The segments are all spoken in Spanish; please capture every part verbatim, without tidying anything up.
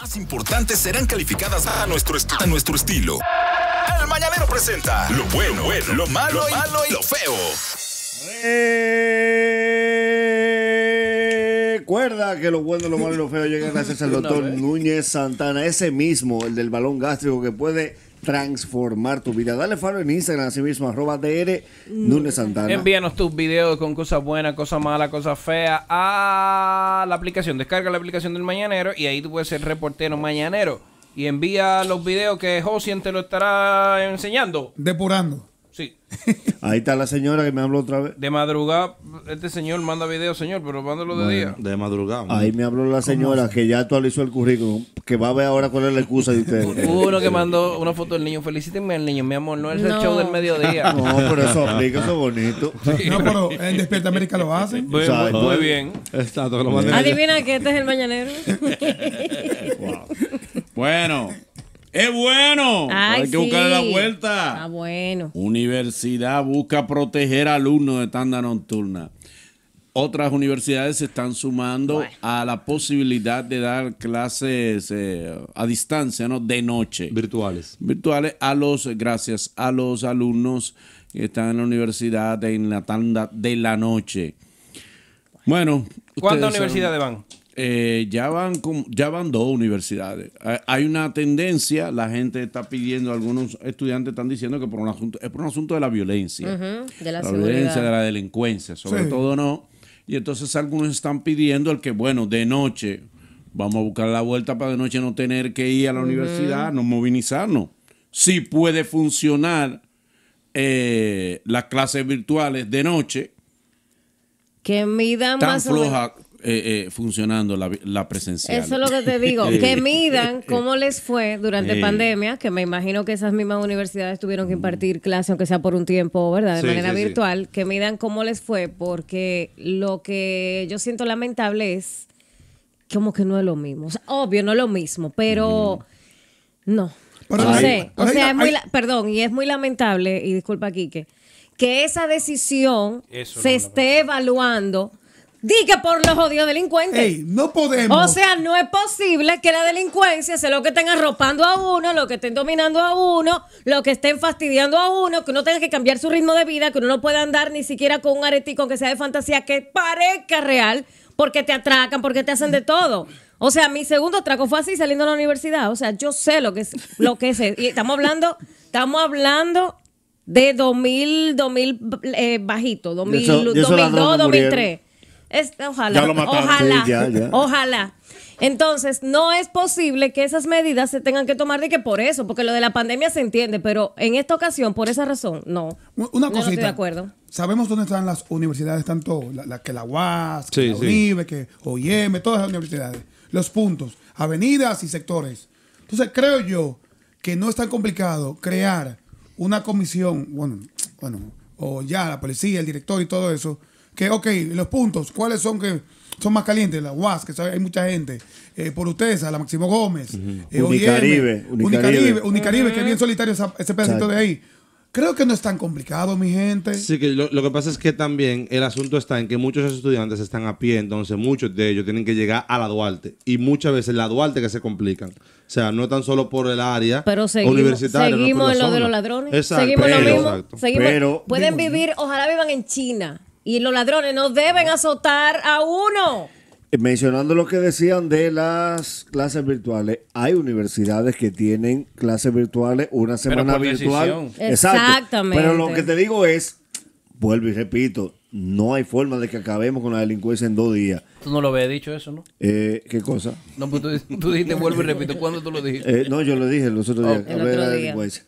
más importantes serán calificadas a nuestro, est- a nuestro estilo. El Mañanero presenta lo bueno, bueno lo malo, lo malo y lo feo. Recuerda que lo bueno, lo malo y lo feo llega gracias al doctor Núñez Santana, ese mismo, el del balón gástrico que puede transformar tu vida. Dale follow en Instagram, así mismo, arroba DR Núñez Santana. Envíanos tus videos con cosas buenas, cosas malas, cosas feas a la aplicación. Descarga la aplicación del Mañanero y ahí tú puedes ser reportero mañanero. Y envía los videos que Josien te lo estará enseñando. Depurando. Sí. Ahí está la señora que me habló otra vez. De madrugada, este señor manda videos, señor, pero mándalo de Bueno, día. De madrugada. Ahí me habló la señora que ya actualizó el currículum, que va a ver ahora cuál es la excusa de ustedes. Hubo uno que mandó una foto del niño. Felicítenme al niño, mi amor, no es el No. show del mediodía. No, pero eso aplica, eso es bonito. No, pero en Despierta América lo hacen. Muy, muy, muy bien. Exacto, que lo manden. Adivina que este es el mañanero. Bueno, es bueno. Ay, Hay que sí. buscarle la vuelta. Ah, bueno. Universidad busca proteger a alumnos de tanda nocturna. Otras universidades se están sumando Bueno. a la posibilidad de dar clases eh, a distancia, ¿no? De noche. Virtuales. Virtuales a los, gracias a los alumnos que están en la universidad en la tanda de la noche. Bueno. ¿Cuántas ustedes universidades saben, van? eh, ya van como- ya van dos universidades. Hay- Hay una tendencia, la gente está pidiendo, algunos estudiantes están diciendo que por un asunto, es por un asunto de la violencia. Ujú, de la la violencia, de seguridad. la delincuencia, sobre Sí. todo no. Y entonces algunos están pidiendo el que, bueno, de noche, vamos a buscar la vuelta para de noche no tener que ir a la universidad, no movilizarnos. Sí puede funcionar eh, las clases virtuales de noche, Que midan tan más o menos. floja eh, eh, funcionando la, la presencial. Eso es lo que te digo, que midan cómo les fue durante Eh. pandemia, que me imagino que esas mismas universidades tuvieron que impartir clases, aunque sea por un tiempo, ¿verdad? De Sí, manera sí, sí. virtual, que midan cómo les fue, porque lo que yo siento lamentable es como que no es lo mismo. O sea, obvio, no es lo mismo, pero no. Pero no hay- sé. O pero hay- sea, es muy, hay- la- perdón, y es muy lamentable, y disculpa, Quique, que esa decisión Eso se no, esté evaluando, diga por los odios delincuentes. Ey, no podemos. O sea, no es posible que la delincuencia sea lo que estén arropando a uno, lo que estén dominando a uno, lo que estén fastidiando a uno, que uno tenga que cambiar su ritmo de vida, que uno no pueda andar ni siquiera con un aretico que sea de fantasía, que parezca real, porque te atracan, porque te hacen de todo. O sea, mi segundo atraco fue así saliendo de la universidad. O sea, yo sé lo que es, lo que es. Y estamos hablando, estamos hablando de dos mil, dos mil eh, bajito, dos mil, Y eso- y esos dos mil dos, ladrones dos mil tres. murieron. Es, ojalá, Ya lo mataron. ojalá, Sí, ya, ya. ojalá. Entonces, no es posible que esas medidas se tengan que tomar de que por eso, porque lo de la pandemia se entiende, pero en esta ocasión, por esa razón, no. Una Yo no cosita. estoy de acuerdo. Sabemos dónde están las universidades, tanto la, la- que la U A S, que Sí, la sí. UNIBE, que O I M, todas las universidades. Los puntos, avenidas y sectores. Entonces, creo yo que no es tan complicado crear una comisión, bueno, bueno, o ya la policía, el director y todo eso, que, ok, los puntos, ¿cuáles son que son más calientes? La U A S, que sabe, hay mucha gente, eh, por ustedes, a la Máximo Gómez, eh, Unicaribe, O I M, Unicaribe. Unicaribe, Unicaribe, que es bien solitario esa- ese pedacito Exacto. de ahí. Creo que no es tan complicado, mi gente. Sí, que lo, lo que pasa es que también el asunto está en que muchos estudiantes están a pie, entonces muchos de ellos tienen que llegar a la Duarte. Y muchas veces la Duarte que se complican. O sea, no tan solo por el área Pero seguimos, universitaria. no por seguimos la en lo de zona. los ladrones. Exacto. Seguimos en lo pero- mismo. Exacto. Seguimos- pero- pueden digo, vivir, ojalá vivan en China. Y los ladrones no deben azotar a uno. Mencionando lo que decían de las clases virtuales, hay universidades que tienen clases virtuales una semana por virtual. decisión. Exacto. Exactamente. Pero lo que te digo es, vuelvo y repito, no hay forma de que acabemos con la delincuencia en dos días. Tú no lo habías dicho eso, ¿no? Eh, ¿Qué cosa? No, pues tú, tú dijiste, vuelvo y repito, ¿cuándo tú lo dijiste? Eh, no, yo lo dije los otros días. El hablé de otro la día. delincuencia.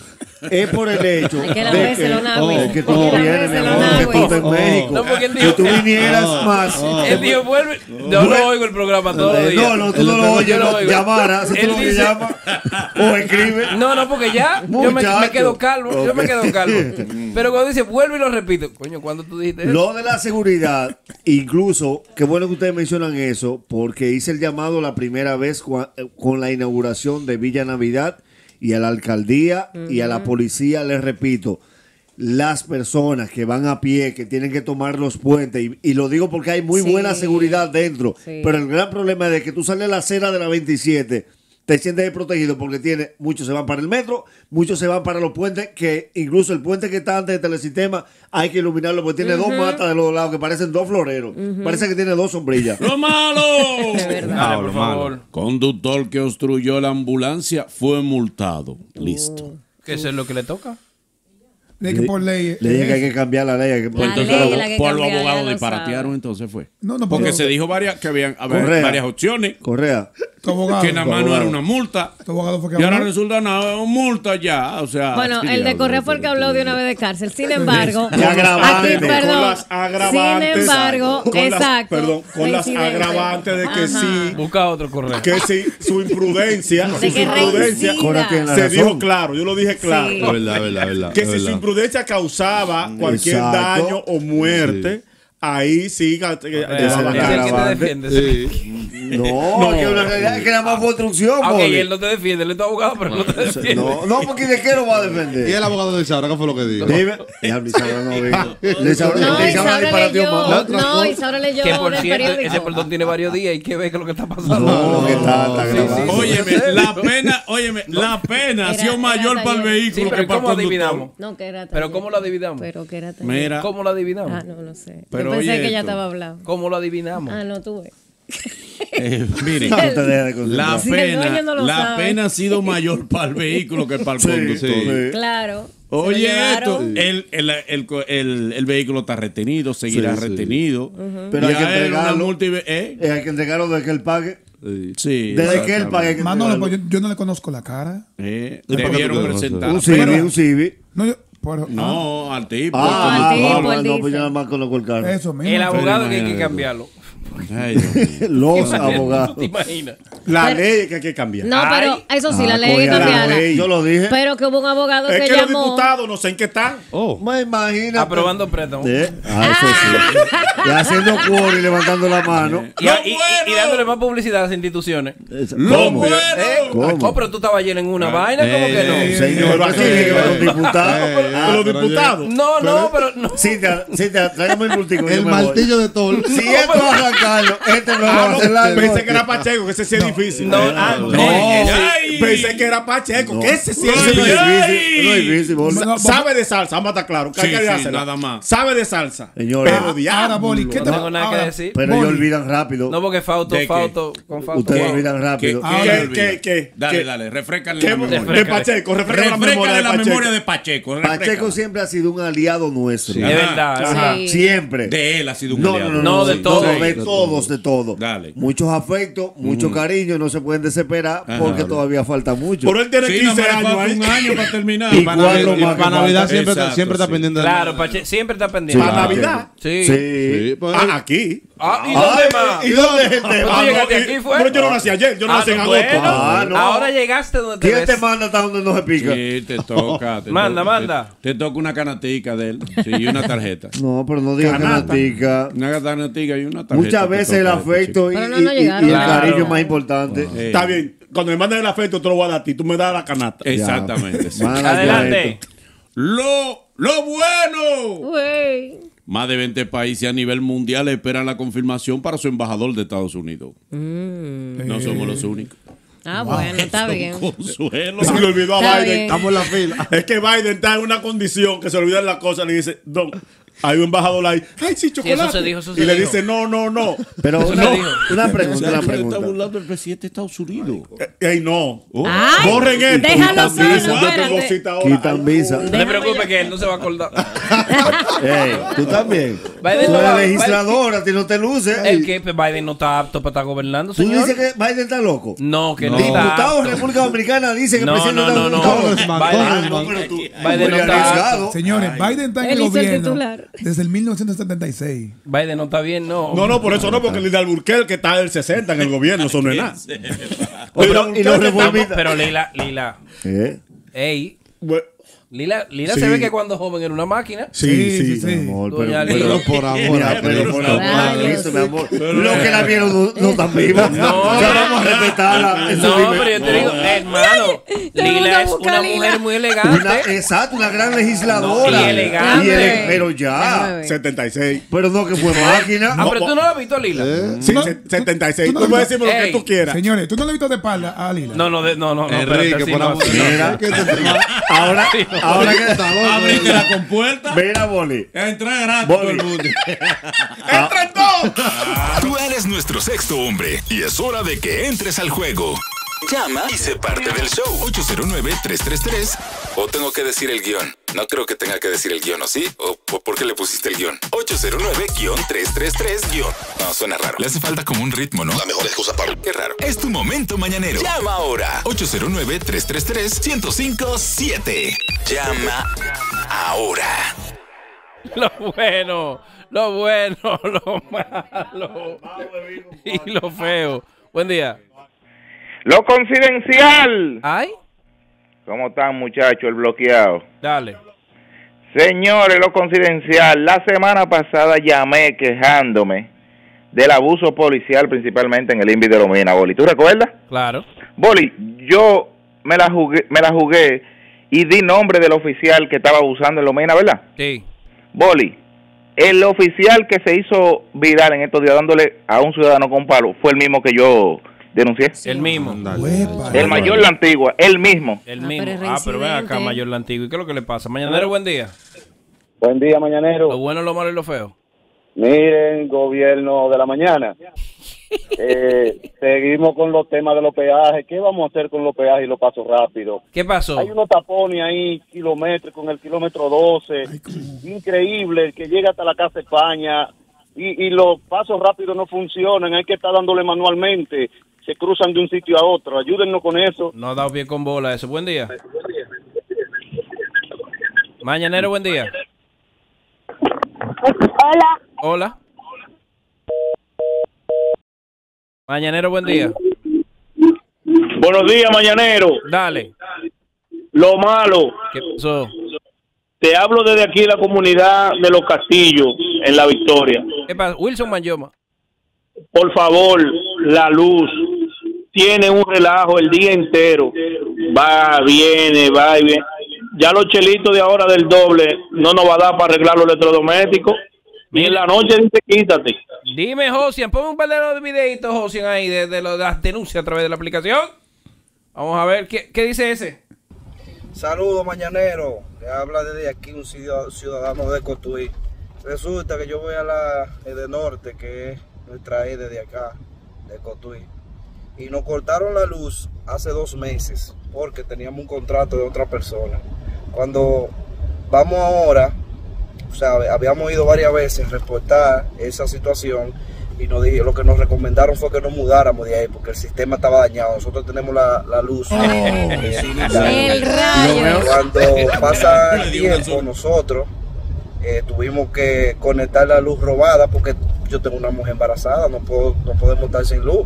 Es por el hecho Hay que de lambérselo, que, Nagüi. oh, es que tú Hay no que vienes, mi lambérselo, amor, que tú Nagüi. estás en México. No, porque él Si dijo- tú vinieras más. Él dijo, vuelve. Yo no oigo el programa todos los Eh, días. No, no, tú no lo Yo oyes, no, oigo. llamara, si tú Él lo que dice- llamas o escribe. No, no, porque ya yo me, me Muchacho. quedo calvo. Yo me Ok. quedo calvo. Pero cuando dice, vuelvo y lo repito. Coño, ¿cuándo tú dijiste eso? Lo de la seguridad, incluso, qué bueno que ustedes mencionan eso, porque hice el llamado la primera vez cua- con la inauguración de Villa Navidad y a la alcaldía y a la policía, les repito, las personas que van a pie, que tienen que tomar los puentes, y, y lo digo porque hay muy Sí. buena seguridad dentro, Sí. pero el gran problema es de que tú sales a la acera de la veintisiete, te sientes desprotegido porque tiene, muchos se van para el metro, muchos se van para los puentes, que incluso el puente que está antes del telesistema hay que iluminarlo porque tiene dos matas de los dos lados que parecen dos floreros, parece que tiene dos sombrillas. ¡Lo malo! Dale, No, por lo favor. malo. Conductor que obstruyó la ambulancia fue multado. Listo. ¿Qué eso es lo que le toca? De que por ley. Le dije que hay eh, que cambiar la ley. hay que- La Entonces, ley, los- la que por los cambia, ya abogados lo disparatearon, sabe. entonces fue. No, no, Porque pero- se dijo varias, que habían había Correa. varias opciones, Correa. Tu abogado. que nada más no era una multa. Tu abogado fue que Y ahora habló. resulta una multa ya, o sea. Bueno, ¿qué el de diablo? Correa fue el que habló de una vez de cárcel. Sin embargo, Y agravante. aquí, Con perdón. las agravantes. Sin embargo, con las- exacto. perdón, con las reincidente. agravantes de que Ajá. sí, Busca otro correo. que sí, su imprudencia, De su que imprudencia reincida. Correa tiene la se razón. dijo claro, yo lo dije claro. Sí. Es verdad, es verdad, es verdad. Que es si su verdad. imprudencia causaba cualquier Exacto. daño o muerte, ahí sí ga- que- Es llevaba el el cargo. que te agravante. defiende. Sí. No, que una realidad es que nada más fue obstrucción. Ok, Boli. él no te defiende, él es tu abogado, pero no te defiende. No, no, porque ¿de qué lo va a ¿Y defender? el abogado de Isaura qué fue lo que dijo? Dime. Ya, Isaura no vino. Isaura- No, Isaura Isaura disparateó leyó, más. no, Isaura leyó Que por del cierto, ese periódico. perdón tiene varios días y que ve que es lo que está pasando. No, que está, está Sí, grabado. sí. Óyeme, la pena, óyeme, la pena ha Era- sido mayor era para el taller. vehículo Sí, que pero para el ¿cómo conductor. adivinamos? No, que era Pero taller. ¿cómo lo adivinamos? Pero que era taller. Mira, ¿Cómo lo adivinamos? Ah, no, no sé. Pero Yo pensé oye que ya esto. estaba hablado. ¿Cómo lo adivinamos? Ah, no, tú ves. eh, miren, No te dejes de concentrar. la Sí, el pena, dueño no lo la sabe. pena ha sido mayor para el vehículo que para el Sí, conductor. sí. Claro. se lo Oye, llevaron. esto, el, el, el, el- el vehículo está retenido, seguirá Sí, sí. retenido. Pero Y hay que a él una entregarlo. multa y ve- ¿eh? Eh, hay que entregarlo desde que él pague. Sí. Sí, Desde que él pague. hay que Manolo, entregarlo. pues yo, yo no le conozco la cara. Eh, ¿Y por qué tú debieron te presentar. Un Civi, un Civi. No, yo. Por, No, al tipo. Ah, al tipo, no, él no, pues dice. yo nada más conozco el carro. Eso mismo. El abogado que hay que imagínate. cambiarlo. Ay, Dios mío. Los ¿Tú abogados. te imaginas? La Pero- ley que hay que cambiar. No, pero eso sí, Ah, la ley hay que coge la cambiarla. ley. Yo lo dije. Pero que hubo un abogado Es que que los llamó. diputados no sé en qué están. Oh. Me imagino. Aprobando préstamos. ¿Eh? Ah, eso sí. Y haciendo cuore y levantando la mano. Y, ¡Lo y- y- bueno! y dándole más publicidad a las instituciones. ¡Lo ¿Cómo? bueno! ¿Eh? ¿Cómo? Oh, pero tú estabas lleno en una vaina, ¿cómo que no? eh, Señor, Pero eso aquí- tiene que ver con diputados. Eh, Ah, los pero diputados. No, no, pero no. Cintia, Cintia, tráigame el bultico. yo El me voy. martillo de Thor. Si esto va a arrancarlo, este no va Ah, a no, hacer largo. pensé que era Pacheco, que ese sí es difícil. No, ah, no. No, Ay. pensé que era Pacheco, que ese sí es Eso no es difícil. difícil. Eso no es difícil, bol. No, Sabe de salsa, vamos a estar claros. que hay Sí, que sí, dársela. nada más. Sabe de salsa. Señores. Pero diablo. Ahora, Boli, ¿qué No te tengo nada ahora, que decir. Pero ellos Boli, olvidan rápido. No, porque Fauto, ¿De qué? Fauto, con Fauto. Ustedes ¿Qué? olvidan rápido. ¿Qué? ¿Qué, ¿Qué? qué, qué? Dale, qué- dale, refrescale qué- la memoria. de Pacheco, refresca la memoria Refrescale de la Pacheco. memoria de Pacheco. Pacheco refrescala. siempre ha sido un aliado nuestro. Sí. Es verdad, es verdad. Sí. Siempre. De él ha sido un No, no, aliado. no, No, no, de no, todos. no, de todos, de todos. Dale. Muchos afectos, mucho cariño, no se pueden desesperar Ajá. porque todavía falta mucho. Pero él tiene Sí, quince nada más le años falta ahí. un año para terminar. Y Para cuatro Navidad, más que para Navidad faltan. siempre, está- Exacto, siempre está sí. pendiente de Claro, Pache siempre está pendiente. Para Claro. Navidad. Sí. Sí. Sí, pues, Ah, aquí. Ah, ¿y Ay, dónde más? ¿Y dónde es el Pero tema? tú Ah, llegaste no, y- aquí, fue. Pero yo no nací ayer, yo Ah, nací en no, agosto. bueno. Ah, no. Ahora llegaste donde te ¿Quién te ves. manda hasta donde no se pica? Sí, te toca. te Manda, toca, manda. Te, te toca una canatica de él. Sí, y una tarjeta. No, pero no digas Canasta. canatica. Una canatica y una tarjeta. Muchas te veces toca el a este afecto y, Pero no y- nos y- y llegaron. el Claro. cariño es más importante. chico. Eh, Está bien. Cuando me mandes el afecto, te lo voy a dar a ti. Tú me das la canasta. Exactamente. sí. Mándale ya Adelante. esto. Lo, lo bueno. Güey. Más de veinte países a nivel mundial esperan la confirmación para su embajador de Estados Unidos. No somos los únicos. Ah, bueno, está bien. Consuelo. Se le olvidó a Está Biden. bien. Estamos en la fila. Es que Biden está en una condición que se le olvidan las cosas. Le dice, Don, hay un embajador ahí. Ay, sí, chocolate. eso se dijo, eso se y le dijo. dice, no, no, no. Pero Eso una, se dijo. una pregunta, una Está pregunta. burlando el presidente de Estados Unidos. Eh, Ey, no. Ay, Borren esto. déjalo Quitan solo, visa. Yo tengo espérate. cita ahora. Quitan visa. No te Déjame preocupes ya. que él no se va a acordar. Ey, tú también. Biden Tú no va- eres legislador, a ti no te luce. El que pues, Biden no está apto para estar gobernando, Tú señor. dices que Biden está loco. No, que no, Diputado está de apto. República Dominicana dice que No, el presidente no, está no, no. loco. Congressman, Biden- Ah, Congressman. no, pero tú, Biden muy no está- arriesgado. Señores, Biden está en Él el hizo el gobierno titular. desde el mil novecientos setenta y seis. Biden no está bien, no. No, no, por eso no, porque el de Alburquerque que está del sesenta en el gobierno, eso no es nada. Pero- y los Vamos, reformistas. pero Leila, Leila, ¿Eh? ey, Bueno, Lila, Lila Sí. se ve que cuando joven era una máquina. Sí, sí, sí, Mi sí. amor, Doña pero, Lila. pero por amor, mira, pero por amor, Rayos. Cristo, mi amor. Los que la vieron no, no están vivos. No. Ya vamos a respetarla. en su No, dimen- pero yo te digo, hermano, Lila es una mujer muy elegante. Una, exacto, una gran legisladora. Y elegante. Y ele- pero Déjame ya. ver. setenta y seis. Pero no que fue máquina. Ah, pero tú no la has visto, Lila. Sí, No, se- setenta y seis. tú no- Tú puedes decirme lo que Ey. tú quieras. Señores, ¿tú no le has visto de espalda a Lila? No, no, de- no, no, no. Enrique, espérate, sí, por no, amor sí, de no. Mira. Dios, ¿qué te- Ahora, ahora que Abriste la compuerta. mira, Boli. Entra gratis todo el Boli. mundo. ¡Entren todos! Tú eres nuestro sexto hombre y es hora de que entres al juego. Llama y sé parte del show. ocho cero nueve, tres tres tres. O tengo que decir el guión. No creo que tenga que decir el guión, ¿o sí? ¿O po- por qué le pusiste el guión? ocho cero nueve, tres tres tres, guión. No, suena raro. Le hace falta como un ritmo, ¿no? La mejor excusa para... Qué raro. Es tu momento mañanero. Llama ahora. ocho cero nueve, tres tres tres, uno cero cinco siete. Llama ahora. Lo bueno, lo bueno, lo malo y lo feo. Buen día. Lo confidencial. ¿Ay? ¿Cómo están, muchachos? El bloqueado. Dale. Señores, lo confidencial. La semana pasada llamé quejándome del abuso policial, principalmente en el I N V I de Lomina, Boli. ¿Tú recuerdas? Claro. Boli, yo me la jugué, me la jugué y di nombre del oficial que estaba abusando en Lomina, ¿verdad? Sí. Boli, el oficial que se hizo viral en estos días dándole a un ciudadano con palo fue el mismo que yo denuncié. El mismo. Uepa. El mayor La Antigua, el mismo. El Ah, mismo. pero es Ah, pero ven acá, reincidente. Mayor la Antigua. ¿Y qué es lo que le pasa? Mañanero, buen día. Buen día, mañanero. Lo bueno, lo malo y lo feo. Miren, gobierno de la mañana. Eh, seguimos con los temas de los peajes. ¿Qué vamos a hacer con los peajes y los pasos rápidos? ¿Qué pasó? Hay unos tapones ahí, kilómetros, con el kilómetro doce. Increíble, que llega hasta la Casa España. Y, y los pasos rápidos no funcionan. Hay que estar dándole manualmente. Se cruzan de un sitio a otro. Ayúdennos con eso. No ha dado pie con bola eso. Buen día. Mañanero, buen día. Hola, Hola. Mañanero, buen día. buenos días, mañanero. Dale. Lo malo, ¿Qué pasó? te hablo desde aquí de la comunidad de Los Castillos, en La Victoria. ¿Qué pasa? Wilson Mayoma. Por favor, la luz tiene un relajo el día entero. Va, viene, va y viene. Ya los chelitos de ahora del doble no nos va a dar para arreglar los electrodomésticos. Y en la noche dice, quítate. Dime, Josian, ponme un par de los videitos, Josian, ahí de, de, lo- de las denuncias a través de la aplicación. Vamos a ver, ¿qué, qué dice ese? Saludos, mañanero. Le habla desde aquí un ciudad- ciudadano de Cotuí. Resulta que yo voy a la E D Norte, que es nuestra E D E de acá, de Cotuí. Y nos cortaron la luz hace dos meses porque teníamos un contrato de otra persona. Cuando vamos ahora, o sea, habíamos ido varias veces a reportar esa situación y nos dije, lo que nos recomendaron fue que nos mudáramos de ahí porque el sistema estaba dañado. Nosotros tenemos la, la luz. eh, sin internet. El rayo. Cuando pasa el tiempo, nosotros eh, tuvimos que conectar la luz robada porque yo tengo una mujer embarazada, no puedo, no podemos estar sin luz.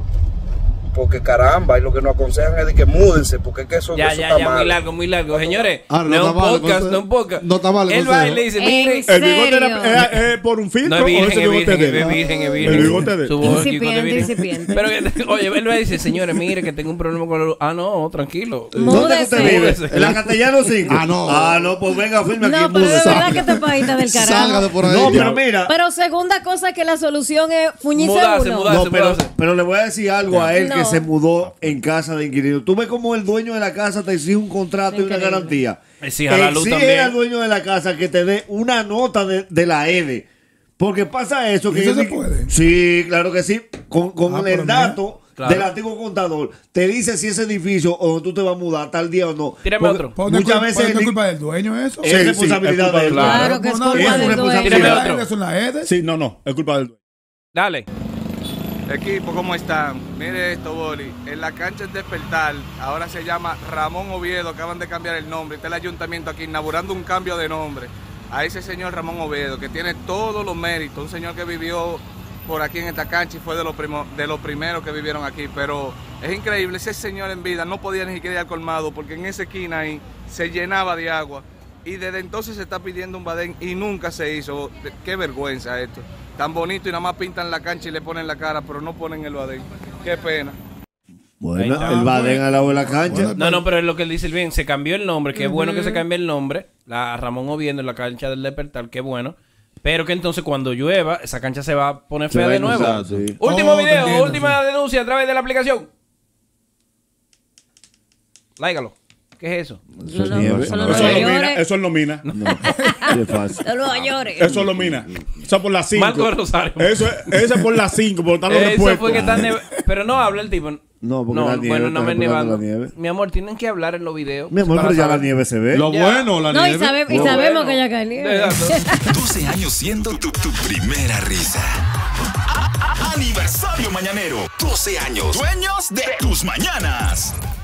Porque caramba, y lo que nos aconsejan es de que múdense, porque es que eso, Ya, eso ya, está ya, mal. muy largo, muy largo. Señores, Ah, no no es está un mal el podcast, consejo. no es un podcast. No está mal el Él va y consejo. le dice, ¿En mire, El bigote serio? era, era, eh, por un filtro. no es o virgen, ese es bigote virgen, de es él? virgen, es virgen. El bigote de él. Su voz, el bigote Incipiente, virgen. incipiente. Pero, que- oye, él va y dice, señores, mire que tengo un problema con la luz. Ah, no, tranquilo. ¿Dónde usted vive? Múdese. ¿En la Castellano cinco? Ah, no. Ah, no, pues venga, firme aquí. No, pero de múdese. verdad que este país está del Salga de carajo. por ahí. No, pero mira. Pero segunda cosa que la solución es fuñirse Mudarse, uno. mudarse. No, pero, mudarse. pero le voy a decir algo a él No. que se mudó en casa de inquilino. Tú ves como el dueño de la casa te exige un contrato y una Increíble. garantía. Exija la luz Exige también. al dueño de la casa que te dé una nota de, de la E D E. Porque pasa eso. ¿Y Que eso yo se di- puede? Sí, claro que sí. Con, con Ah, el pero dato Claro. del antiguo contador. Te dice si ese edificio o donde tú te vas a mudar tal día o no. Tírame Porque otro. Pues no es Muchas culpa- veces pues no es el- culpa del dueño eso. es Sí, sí, responsabilidad es culpa de él. del dueño. Claro que es No, no, culpa es del dueño. responsabilidad. Tírame Eso otro. es la E D E. Sí, no, no. Es culpa del dueño. Dale. Equipo, ¿cómo están? Mire esto, Boli. En la cancha El Despertar, ahora se llama Ramón Oviedo, acaban de cambiar el nombre. Está el ayuntamiento aquí inaugurando un cambio de nombre a ese señor Ramón Oviedo, que tiene todos los méritos. Un señor que vivió por aquí en esta cancha y fue de los primo- de los primeros que vivieron aquí. Pero es increíble, ese señor en vida no podía ni siquiera ir al colmado, porque en esa esquina ahí se llenaba de agua. Y desde entonces se está pidiendo un badén y nunca se hizo. Qué vergüenza esto. Tan bonito y nada más pintan la cancha y le ponen la cara, pero no ponen el badén. Qué pena. Bueno, el badén al lado de la cancha. No, no, pero es lo que él dice el bien. Se cambió el nombre. Qué bueno que se cambie el nombre. La Ramón Oviedo en la cancha del Despertar. Qué bueno. Pero que entonces cuando llueva, esa cancha se va a poner fea de nuevo. Usar, sí. Último oh, video, entiendo, última sí. denuncia a través de la aplicación. Láigalo. ¿Qué es eso? Eso, no, no, eso, no, eso, es Lomina, eso es Lomina. No, no es fácil. No lo llores. Eso es Lomina. Eso es por las cinco. Marco Rosario. Eso es, eso es por las cinco, por estar los Eso fue que está neve... Pero no habla el tipo. No, porque no, la nieve, bueno, no me nevando. Mi amor, tienen que hablar en los videos. Mi amor, pero ya la nieve se ve. Lo ya. bueno, la no, nieve. Y, sabe, y sabemos bueno. que ya cae nieve. doce años siendo tu, tu primera risa. A- a- aniversario mañanero. doce años. Dueños de tus mañanas.